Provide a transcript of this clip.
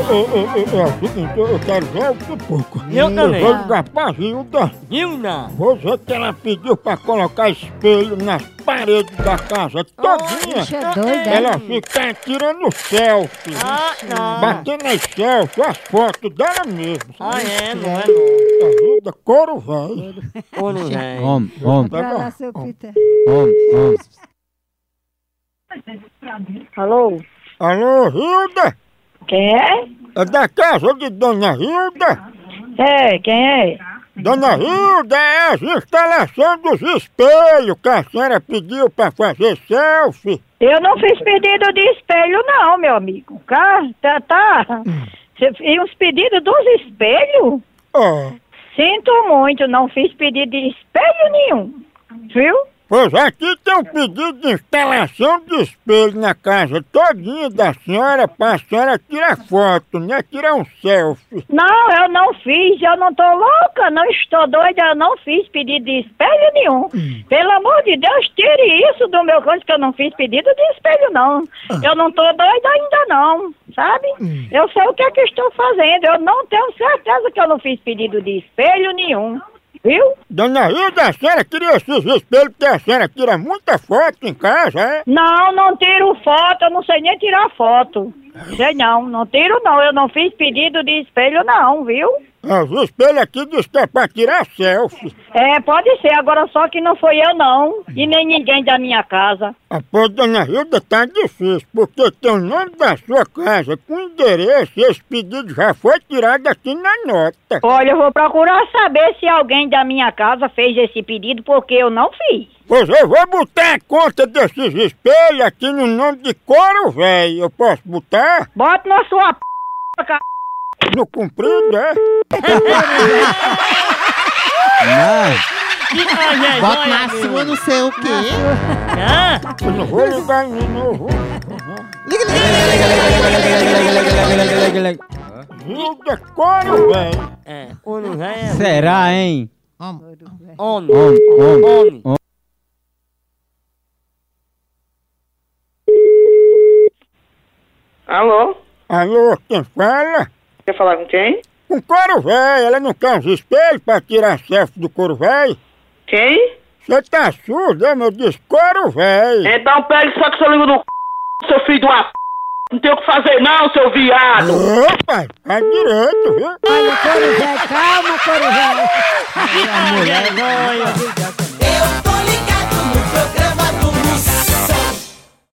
É o seguinte, eu quero ver o pipoco. Eu também. Vou ligar pra Hilda. Hilda! Vou ver que ela pediu pra colocar espelho nas paredes da casa todinha. Bicho é doido, é? Ela fica tirando selfie. Ah, não! Batendo as selfies, as fotos dela mesma. Ah, é? Não é não. A Hilda, couro velho. Ou não é? Homem. Pra lá, seu Peter. Alô? Alô, Hilda? Quem é? É da casa de Dona Hilda? É, quem é? Dona Hilda, é as instalações dos espelhos que a senhora pediu pra fazer selfie. Eu não fiz pedido de espelho não, meu amigo. Tá. Você fez uns pedidos dos espelhos? Ó, Sinto muito, não fiz pedido de espelho nenhum. Viu? pois aqui tem um pedido de instalação de espelho na casa todinha da senhora pra senhora tirar foto, né? Tirar um selfie. Não, eu não fiz, eu não tô louca, não estou doida, eu não fiz pedido de espelho nenhum. Pelo amor de Deus, tire isso do meu coisa que eu não fiz pedido de espelho não. Eu não tô doida ainda não, sabe? Eu sei o que é que estou fazendo, eu não tenho certeza que eu não fiz pedido de espelho nenhum. Viu? Dona Hilda, a senhora queria esses espelhos porque a senhora tira muita foto em casa, é? Não tiro foto, eu não sei nem tirar foto. Sei não tiro não, eu não fiz pedido de espelho não, viu? Os espelhos aqui diz que é pra tirar selfie. É, pode ser, agora só que não foi eu não, e nem ninguém da minha casa. Ah, pô, Dona Hilda, tá difícil, porque tem o nome da sua casa com endereço e esse pedido já foi tirado aqui na nota. Olha, eu vou procurar saber se alguém da minha casa fez esse pedido, porque eu não fiz. Pois eu vou botar a conta desses espelhos aqui no nome de Couro Velho. Eu posso botar? Bota na sua p***, No comprido, é? Bota na sua não sei o quê. Eu não vou ligar de novo. Hilda Couro Velho. É. Ou não é? Será, hein? Homem. Homem. Alô? Alô, quem fala? Quer falar com quem? Com Couro Velho. Ela não quer uns espelhos pra tirar selfie do Couro Velho? Quem? Você tá surdo, é, meu? Diz Couro Velho. Então pegue só que seu língua no c... seu filho de uma p... Não tem o que fazer não, seu viado! Opa, faz direito, viu? Olha, Couro Velho, calma, Couro Velho. Vergonha. Eu tô ligado.